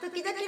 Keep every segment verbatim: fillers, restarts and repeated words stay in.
時々ラジ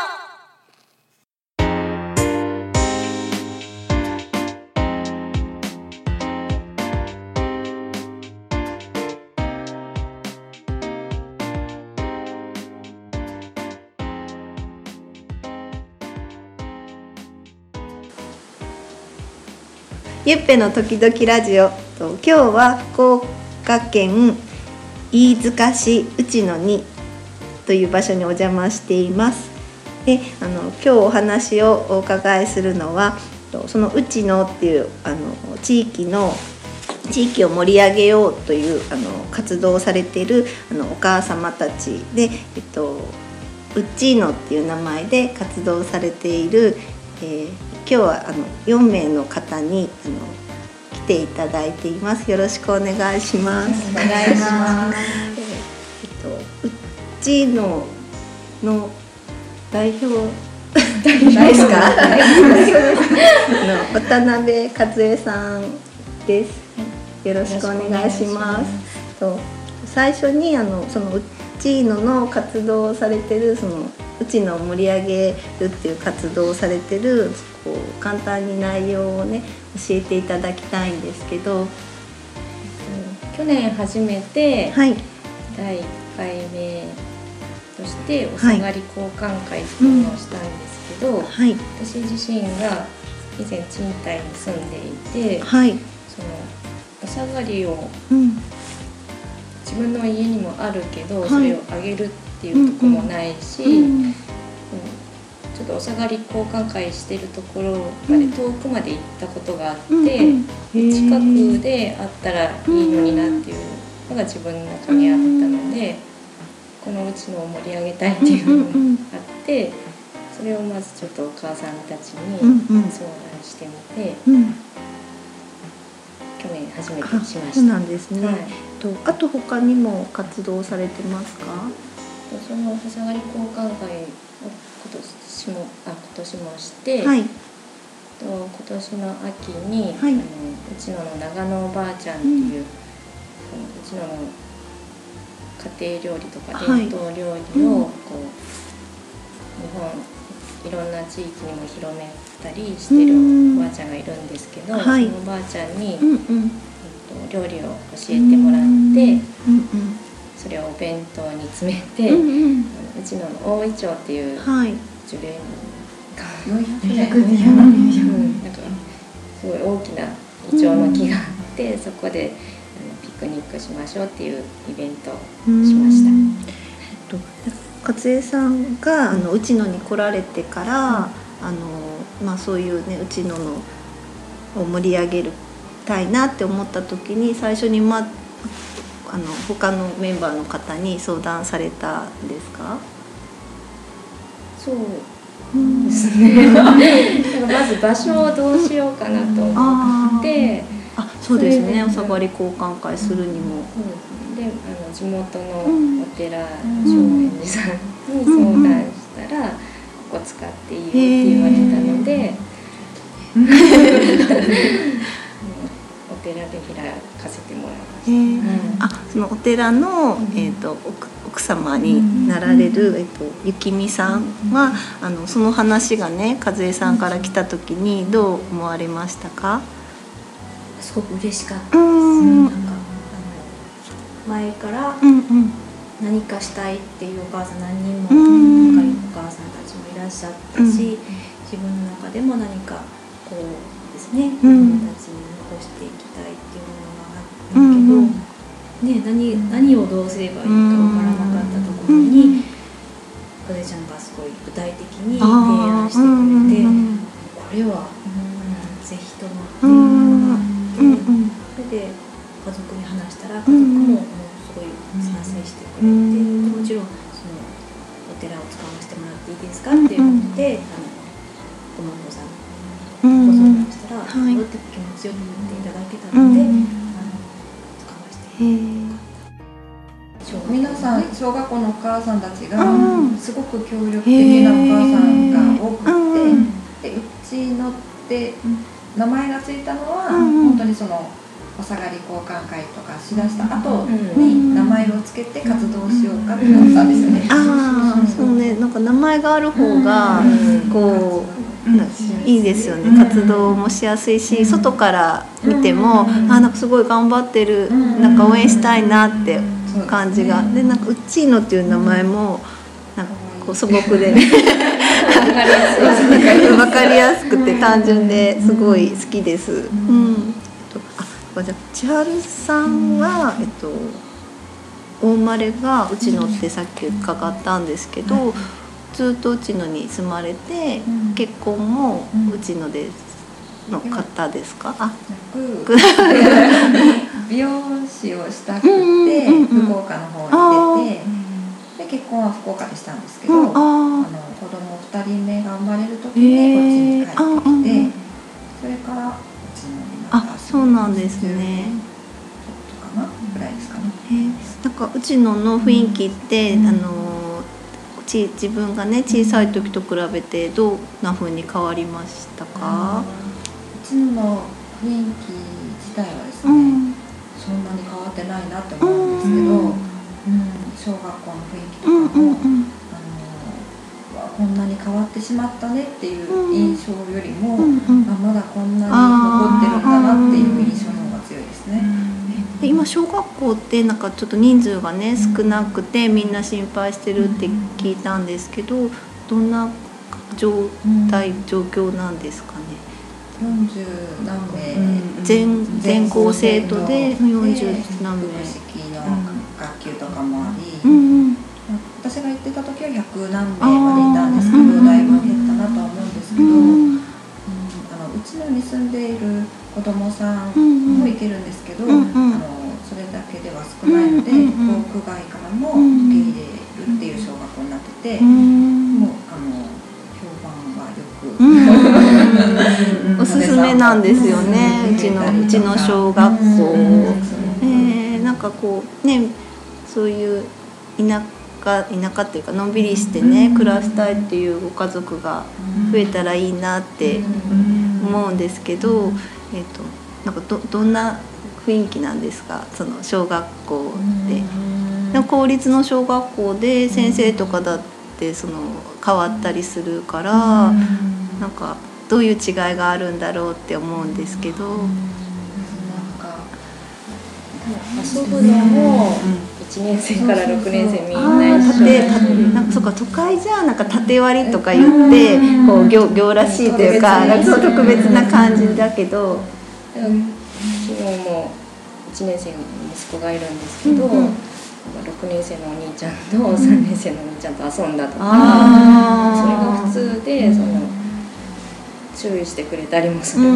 オ。ゆっぺの時々ラジオと、今日は福岡県飯塚市内野にという場所にお邪魔しています。で、あの今日お話をお伺いするのは、その内野っていうあの地域の地域を盛り上げようというあの活動をされているあのお母様たちで、えっと、うちのっていう名前で活動されている、えー、今日はあのよんめいの方にあの来ていただいています。よろしくお願いします。 お願いします。 えっと、うちのの代表ないですか？の渡辺和恵さんです。よろしくお願いします。と最初にあのそのうちのの活動をされてるそのうちのを盛り上げるっていう活動をされてるこう簡単に内容をね教えていただきたいんですけど、 去年初めてはい、 だいいっかいめとしてお下がり交換会っていうのをしたんですけど、 はい、 私自身が以前賃貸に住んでいて、 はい、 そのお下がりをうん自分の家にもあるけど、 はい、 それをあげるっていうとこもないし、 うんうん、 ちょっとお下がり交換会してるところまで遠くまで行ったことがあって、うんうん、近くであったらいいのになっていうのが自分の中にあったので、このうちのを盛り上げたいっていうのがあって、それをまずちょっとお母さんたちに相談してみて、 うんうん、 去年初めてしました。 そうなんですね、はい、とあと他にも活動されてますか？ そのお下がり交換会を今年もあ今年もして、 はい、 と今年の秋に、 はい、 あのうちのの長野おばあちゃんっていう、うん、うちのの家庭料理とか伝統料理を、はい、こう日本いろんな地域にも広めたりしてるおばあちゃんがいるんですけど、はい、そのおばあちゃんに、うんうん、えっと、料理を教えてもらって、うんうん、それをお弁当に詰めて、うんうん、うちの大イチョウっていう樹齢がよんひゃくねん、なんかすごい大きなイチョウの木があって、うん、そこでピクニックしましょうっていうイベントをしました。 えっと、勝江さんがあの内野に来られてから、うん、あのまあ、そういうね内野のを盛り上げたいなって思った時に最初に、ま、あの他のメンバーの方に相談されたんですか？ そうですね。まず場所をどうしようかなと思って、 ああそうですね、お下がり交換会するにも、 うん、であの地元のお寺、うん、正円寺さんに相談したら、うん、ここ使っていいよって言われたのでお寺で開かせてもらいました、うん、 あそのお寺の、えーと、奥, 奥様になられる、えーと、ゆきみさんは、あのその話がね和江さんから来た時にどう思われましたか？ すごく嬉しかったです。なんかあの前から何かしたいっていうお母さん何人も若いお母さんたちもいらっしゃったし、うん、自分の中でも何かこうですね、子供たちに残していきたいっていうものがあったけど、うんね、何, 何をどうすればいいかわからなかったところに和江ちゃんがすごい具体的に提案してくれて、これは、うん、ぜひともっていうのがあって、うん、それで家族に話したら家族もすごい賛成してくれて、もちろんそのお寺を使わせてもらっていいですかって言って、あのお孫さんご相談したら、はい、って気持ちよく言っていただけたので、あの使わせていただきました。 皆さん小学校のお母さんたちがすごく協力的なお母さんが多くて、でうちのって名前がついたのは本当にそのお下がり交換会とかしだした後に名前をつけて活動しようかってなったんですよね。 あそうね、なんか名前がある方がこういいですよね。活動もしやすいし、外から見てもあなんかすごい頑張ってる、なんか応援したいなって感じがで、なんかうちのっていう名前もなんかこう素朴で分かりやすくて単純ですごい好きです。うん。あ、じゃあ千春さんはえっとお生まれがうちのってさっき伺ったんですけど、ずっとうちのに住まれて、結婚もうちのでの方ですか？あ、 美容師をしたくて福岡の方に出て、で結婚は福岡でしたんですけど、あの子供ふたりめが生まれる時にこっちに帰ってきて、それからうちのになった。 あ、そうなんですね。 ちょっとかなぐらいですかね。 なんかうちのの雰囲気って、あのち自分がね小さい時と比べてどんな風に変わりましたか？ うちの雰囲気自体はですね、うん、そんなに変わってないなって思うんですけど、うんうん、小学校の雰囲気とかも、うんうんうん、あのこんなに変わってしまったねっていう印象よりも、うんうん、あまだこんなに残ってるんだなっていう印象の方が強いですね。 で今小学校ってなんかちょっと人数がね少なくてみんな心配してるって聞いたんですけど、どんな状態状況なんですかね？ よんじゅうなんめい、 全全校生徒でよんじゅうなんめい、 複式の学級とかもあり、 うんうん、 私が行ってた時はひゃくなんめいまでいたんですけど、だいぶ減ったなとは思うんですけど、うんうん、あのうちのに住んでいる子どもさんも行けるんですけど、うんうん、あのそれだけでは少ないので、うんうん、校区外からも受け入れるっていう小学校になってて、うん、もうあの評判がよく、 うん、おすすめなんですよね、うちのうちの小学校、うんえー、なんかこうねそういう田舎田舎っていうかのんびりしてね、うん、暮らしたいっていうご家族が増えたらいいなって思うんですけど、えーと、なんか ど, どんな雰囲気なんですか、その小学校で。でも公立の小学校で先生とかだってその変わったりするから、なんかどういう違いがあるんだろうって思うんですけど、なんか遊ぶのもいちねんせいからろくねんせいみんな一緒に、 なんかそうか都会じゃなんか縦割りとか言ってこう 行, 行らしいというかそう特別な感じだけど、 昨日もいちねんせいの息子がいるんですけど、うんうん、ろくねんせいのお兄ちゃんとさんねんせいのお兄ちゃんと遊んだとか、うん、それが普通でその注意してくれたりもするし、うんうん、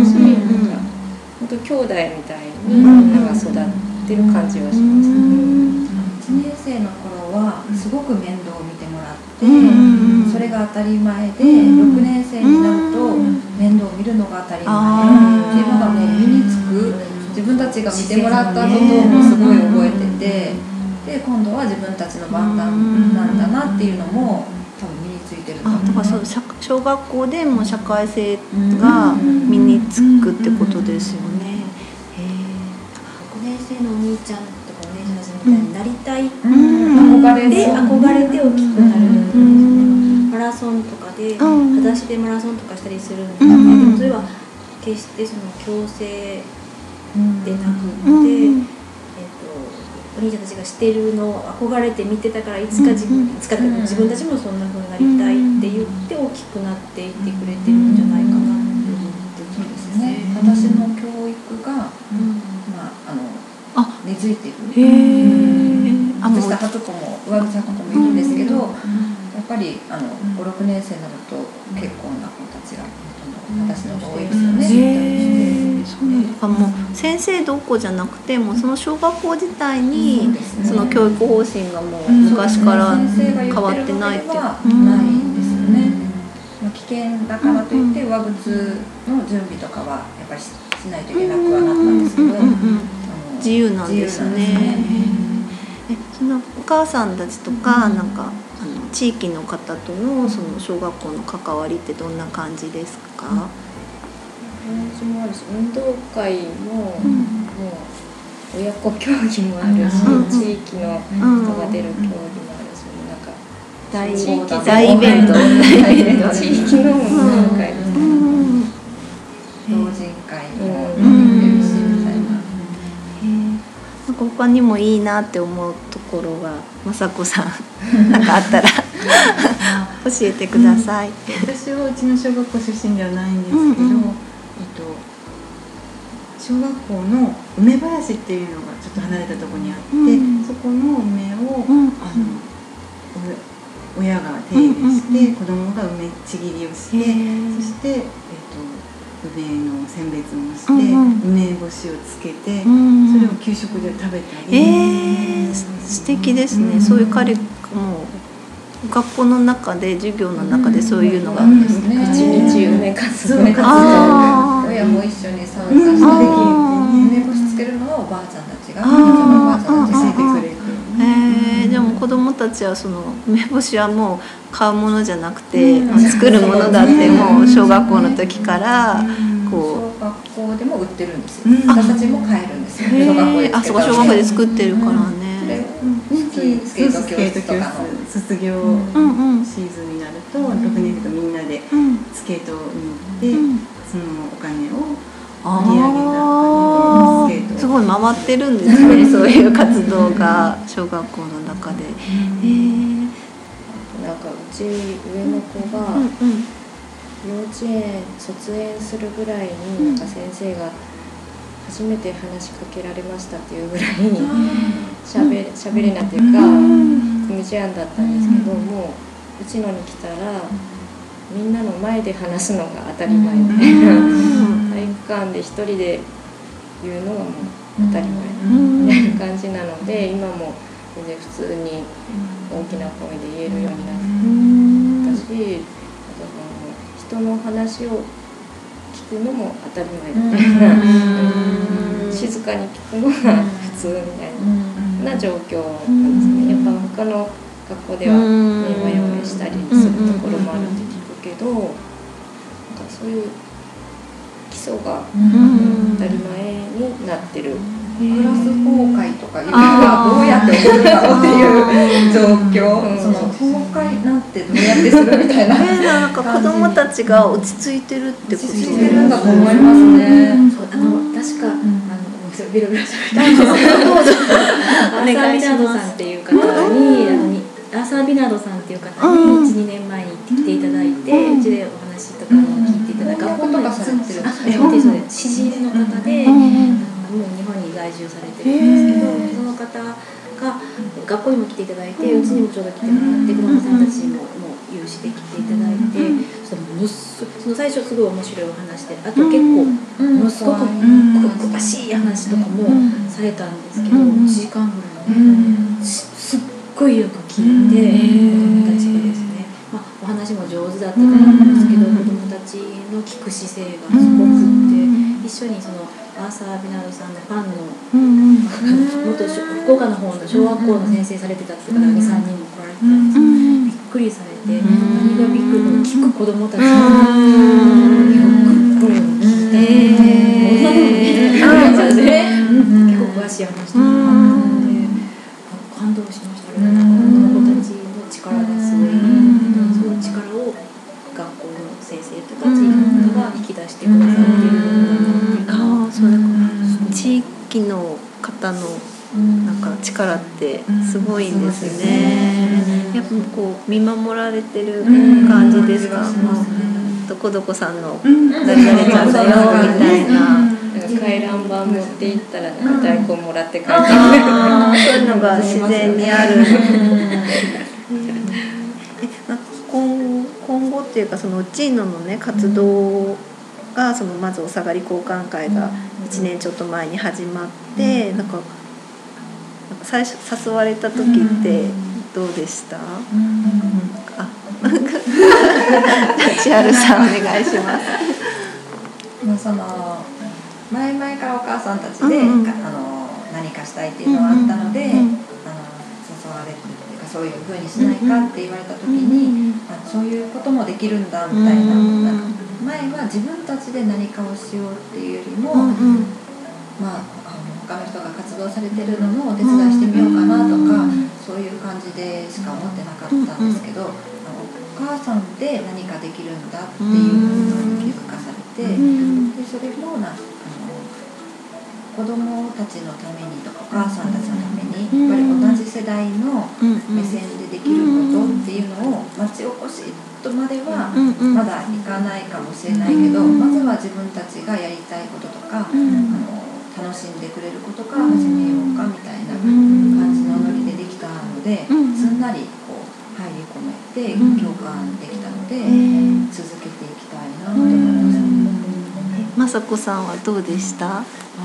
なんか本当兄弟みたいにみんなが育ってる感じはします、ね。 いちねんせいの頃はすごく面倒を見てもらって、うん、それが当たり前で、うん、ろくねんせいになると面倒を見るのが当たり前っていうのがもう身につく、自分たちが見てもらったこともすごい覚えてて、で今度は自分たちの番なんだなっていうのも多分身についてると思う。 あ、だからそう小学校でも社会性が身につくってことですよね。 ろくねんせいのお兄ちゃんとかお姉ちゃんみたいになりたい、うんうん、憧れで憧れて大きくなる、うん、マラソンとかで裸足でマラソンとかしたりするんですけど、うん、でもそれは決してその強制でなくって、うんえー、とお兄ちゃんたちがしてるのを憧れて見てたからいつか自分、うん、いつか自分たちもそんな風になりたいって言って大きくなっていってくれてるんじゃないかなって思って。 そうですね、私の教育が、うんまあ、あのあ根付いてる。へー、あ、私とはとこも上口はとこもいるんですけど、うん、やっぱりあのご、ろくねんせいになると結婚な子たちが私の方が多いですよね。 へー、そうなんだ。もう先生どこじゃなくてもその小学校自体にその教育方針がもう昔から変わってないってないんですよね。危険だからといって上靴の準備とかはやっぱりしないといけなくはなったんですけど、 自由なんですね。え、そのお母さんたちとか、うん、なんかあの地域の方とのその小学校の関わりってどんな感じですか？ うん、もあるし運動会も、うん、もう親子競技もあるし、うん、地域の人が出る競技もあるし、なんか大地域大イベント大イベント地域のなんか老人会もうん出るしみたいな。 なんか他にもいいなって思うところが雅子さんなんかあったら教えてください。 私はうちの小学校出身ではないんですけど、 うんうんえっと、小学校の梅林っていうのがちょっと離れたところにあって、 うんそこの梅を、 うんあのお親が手入れして、 うんうんうん子供が梅ちぎりをして、 へーそして、えっと、梅の選別もして、 うんうん梅干しをつけて、 うんそれを給食で食べたり、 えー、素敵ですね、 うんそういうカリもう学校の中で授業の中でそういうのが、 うんですね。 一日梅活動梅活動あー親も一緒に参加うんして、 あー梅干しつけるのはおばあちゃんたちが、 あーおばあちゃんたちが教えてくれて、 えー、でも子どもたちはその梅干しはもう買うものじゃなくて、 うん作るものだってもう小学校の時からこ小学校でも売ってるんですよ。 うん私たちも買えるんですよ。 う、 小学校へーあそこでつけた小学校で作ってるからそれね、 をスケート教室とかの卒業うんうんシーズンになると、ろくねん生とみんなでうんスケートに行って、 うんそのお金をあ売り上げたお金でスケートをーすごい回ってるんですねそういう活動が小学校の中で、へーなんかうち上の子がうんうん幼稚園卒園するぐらいになんか先生が初めて話しかけられましたっていうぐらいしゃべしゃべれないっていうか無事案だったんですけども、うちのに来たらみんなの前で話すのが当たり前みたいな、体育館で一人で言うのがもう当たり前みたいな感じなので、今も全然普通に大きな声で言えるようになったし、あとその人の話を聞くのも当たり前みたいな、静かに聞くのが普通みたいな状況なんですね。やっぱ他の学校ではねワヤワヤしたりするところもあるって聞くけど、なんかそういう基礎が当たり前になってる。 クラス崩壊とかいうのがどうやって起こるだろうっていう状況、 うんその崩壊なんてどうやってするみたいなえー、なんか子供たちが落ち着いてるってこと落ち着いてるんだと思いますね。 そうあの確か、あのビロビロ喋ったんですけど、アーサー・ビナードさんっていう方に、あのにアーサー・ビナードさんっていう方にいち、にねんまえに行ってきていただいて、うちでお話とかも聞いていただいて、 翻訳とかされてるんですか？ あ、そうですそうです。詩人の方で、もう日本に在住されてるんですけど、その方が学校にも来ていただいて、うちにもちょうど来てもらって、子どもさんたちにももう有志で来ていただいて、そしたらものすその最初すごい面白いお話で、あと結構ものすごく詳しい話とかもされたんですけど、いちじかんぐらいね、すっごいよく聞いて、子どもたちがですね、まあ、お話も上手だったと思うんですけど、子どもたちの聞く姿勢がすごくって、一緒にそのアーサー・ビナードさんのファンの、元福岡の方の小学校の先生されてたっていう方がに、さんにんも来られてたんですけど、びっくりされて、何がびっくりか聞く子どもたちがよく聞いて、結構詳しい話とかもあったので感動しましたね。子どもたちの力がすごい、その力を学校の先生とか地域の方が引き出してくださっているのかなっていう。 ああ、それ地域の方のなんか力ってすごいんですね。やっぱこう見守られてる感じですか。どこどこさんの誰々ちゃんだよみたいな。 回覧板持って行ったらなんか大根もらって帰ってくる。 あーそういうのが自然にある。今今後っていうかそのうちののね活動がそのまずお下がり交換会がいちねんちょっと前に始まって、なんかなんか最初誘われた時ってどうでした？あ、千春さんお願いします。 まあその前々からお母さんたちで、 うんうん、 あの何かしたいっていうのがあったので、 うんうん、 あの誘われてっていうかそういう風にしないかって言われた時に、あそういうこともできるんだみたいな、うん、なんか前は自分たちで何かをしようっていうよりも、うんうん、まああの他の人が活動されてるのもお手伝いしてみようかなとか、そういう感じでしか思ってなかったんですけど、あのお母さんで何かできるんだっていうことに気づかされて、でそれもなあの子供たちのためにとかお母さんたちのためにやっぱり同じ世代の目線でできることっていうのを町おこしとまではまだいかないかもしれないけど、まずは自分たちがやりたいこととか、あの楽しんでくれることから始めようかみたいな感じのノリでできたので、すんなりこう入り込めて共感できたので、続けていきたいなと思います。 雅子さんはどうでした？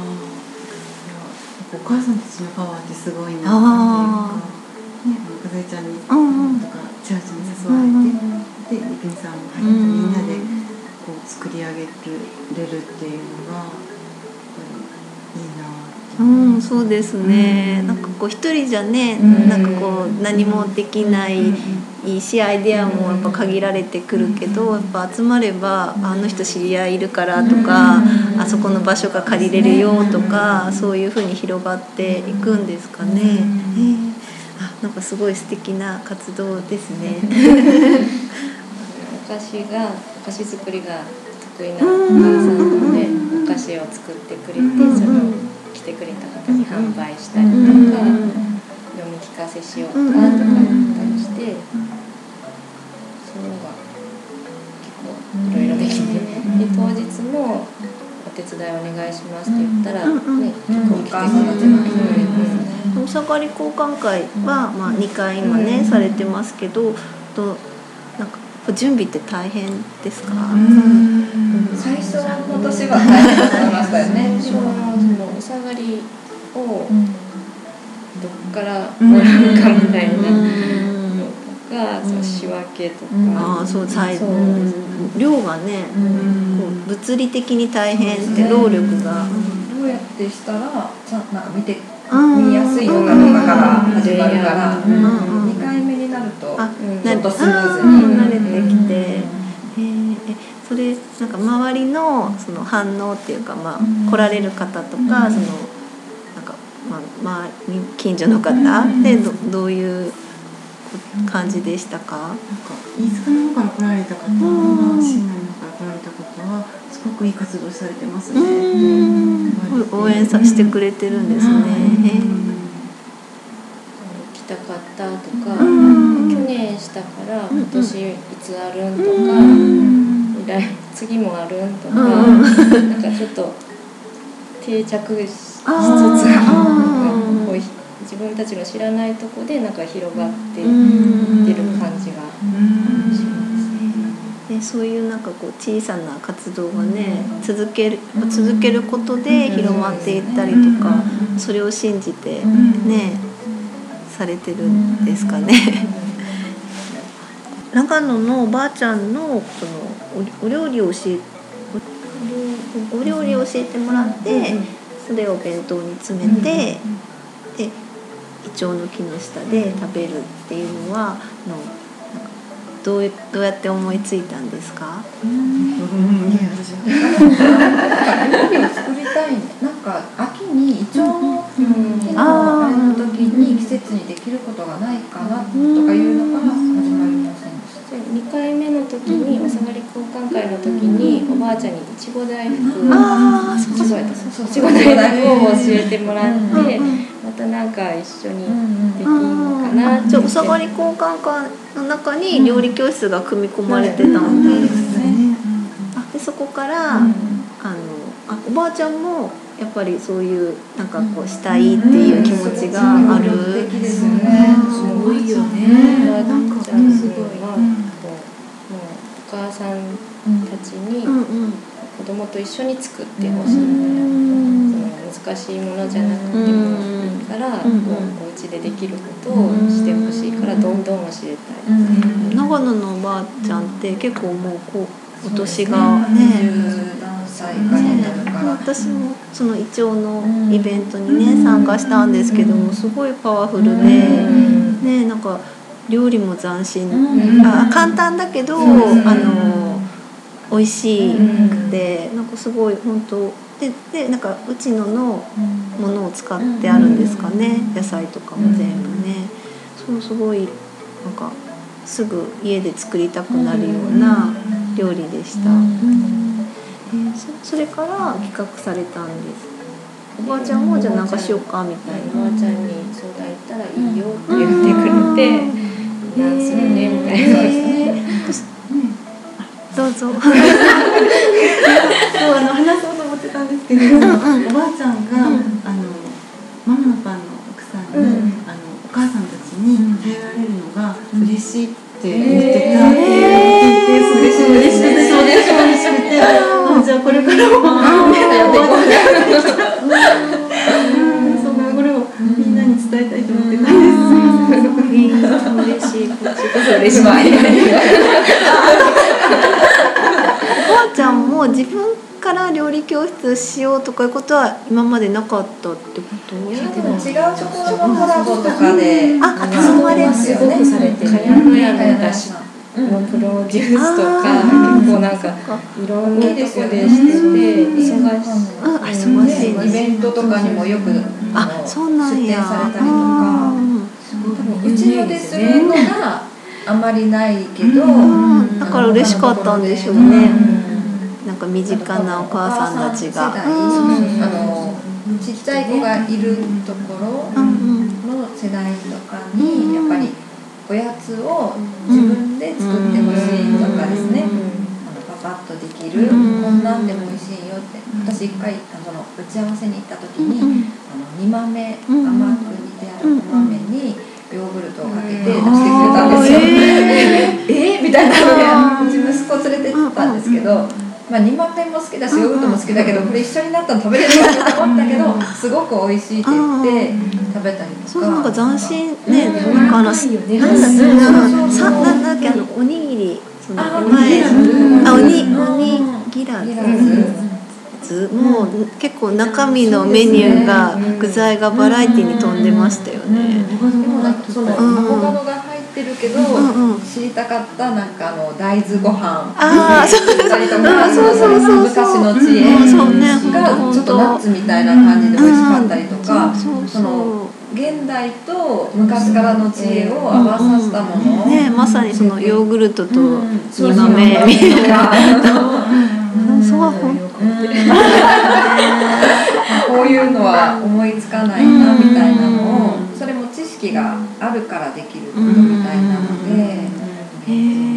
お母さんたちのパワーってすごいなっていうか、ね、かずえちゃんに、うん、とかチャーチに誘われて、うん、で、ゆきみさんも入ってみんなでこう作り上げれるっていうのがやっぱりいいなって。 うん、そうですね、うん、なんかこう一人じゃね、うん、なんかこう何もできないし、アイデアもやっぱ限られてくるけど、やっぱ集まればあの人知り合いいるからとか、あそこの場所が借りれるよとか、そういう風に広がっていくんですかね。えー、あ、なんかすごい素敵な活動ですね。 お菓子がお菓子作りが得意なお母さんなので、お菓子を作ってくれて、それを来てくれた方に販売したりとか、読み聞かせしようかとか言ったりして、そういうのが結構いろいろできて、で当日もお手伝いお願いしますって言ったら、ね、結構来てくれてますね。 お下がり交換会は、まあ、にかい今ねされてますけど、となんか準備って大変ですか？ 最初の年は大変だと思いましたよね。 そのお下がりをどっからもらうかみたいなのとか、その仕分けとか、 あ、そう、最後量がね、こう物理的に大変って労力がどうやってしたらちゃんなんか見て見やすいのかとかから始まるから、にかいめになるとちょっとスムーズに慣れてきて、えー、それなんか周りのその反応っていうか、まあ、来られる方とか、そのなんか、まあまあ、近所の方で ど, どういう感じでしたか？ なんか飯塚の方から来られた方、市内の方から来られた方はすごくいい活動されてますね。 応援させてくれてるんですね。 来たかったとか、去年したから今年いつあるんとか、来次もあるんとか、なんかちょっと定着しつつこう自分たちの知らないとこでなんか広がっていってる感じがしますね。 でそういうなんかこう小さな活動がね、続ける続けることで広まっていったりとか、それを信じてねされてるんですかね。長野のおばあちゃんのそのお料理を教えお料理を教えてもらって、それを弁当に詰めて、でイチョウの木の下で食べるっていうのはのどうどうやって思いついたんですか？ うん、料理を作りたい。なんか秋にイチョウの木のあれの時に季節にできることがないかなとかいうのから始まりませんでした。 にかいめの時にお下がり交換会の時におばあちゃんにいちご大福をいちご大福を教えてもらって、またなんか一緒にできるのかなって。 じゃあお下がり交換会の中に料理教室が組み込まれてたんですね。でそこから、うん、あのあおばあちゃんもやっぱりそういうなんかこうしたいっていう気持ちがある。 素敵ですよね。 すごいよね。 なんかすごいな。もうお母さんたちに子供と一緒に作ってほしい。難しいものじゃなくてもいいから、こうお家でできることをしてほしいからどんどん教えたい。 長野のおばあちゃんって結構もうこうお年がね。私もそのイチョウのイベントにね参加したんですけども、すごいパワフルで、ね、なんか料理も斬新、あ簡単だけどあの美味しくて、なんかすごい本当ででなんかうちののものを使ってあるんですかね、野菜とかも全部ね。そうすごいなんかすぐ家で作りたくなるような料理でした。うんえー、そ, それから企画されたんです。おばあちゃんもじゃあなんかしようかみたいな。 おばあちゃんに相談行ったらいいよって言ってくれて、なんするねみたいな。 えー、どうぞ。 そうあの話そうと思ってたんですけど、うんうん、おばあちゃんが、うん、あのママのパンの奥さんに、うん、あのお母さんたちに頼られるのが嬉しいって言ってたって言ってて、それ嬉しくてそうです嬉しくて、あじゃあこれからもやっていこう。そのこれをみんなに伝えたいと思ってたんです。 嬉しい、こっちこそ嬉しい。おばあちゃんも自分から料理教室しようとかいうことは今までなかったってこと？ いやでも違うところのコラボとかで、 あ、それはすごくされてる。かやのやのだしのプロデュースとか結構なんかいろんなとこでしてて忙しい。 あ、忙しい。 イベントとかにもよくあ、そうなんや。 出展されたりとか。うちのでするのがあまりないけど、 だから嬉しかったんでしょうね。なんか身近なお母さんたちが、 あのちっちゃい子がいるところの世代とかにやっぱりおやつを自分で作ってほしいとかですね、あのパパッとできる、こんなんでも美味しいよって。私一回その打ち合わせに行った時に、あの煮豆、甘く煮てあるお豆にヨーグルトをかけて出してくれたんですよ。えー、えー、みたいなので、うち息子連れてったんですけど、まあ、煮豆も好きだしヨーグルトも好きだけど、これ一緒になったら食べれるかと思ったけど、すごく美味しいって言って食べたりとか。 そうなんか斬新ね、なんかあのなんだっけな、さなんだっけあのおにぎり、その前あおにおにぎらずもう結構中身のメニューが具材がバラエティに富んでましたよね。 でもなんかそのアボカドが入ってるけど、知りたかったなんかあの大豆ご飯ああそうそうそうそう昔の知恵がちょっとナッツみたいな感じで美味しかったりとか、その現代と昔からの知恵を合わさせたもの、 ね、まさにそのヨーグルトと煮豆みたいな。そうこういうのは思いつかないなみたいなのを、それも知識があるからできることみたいなので。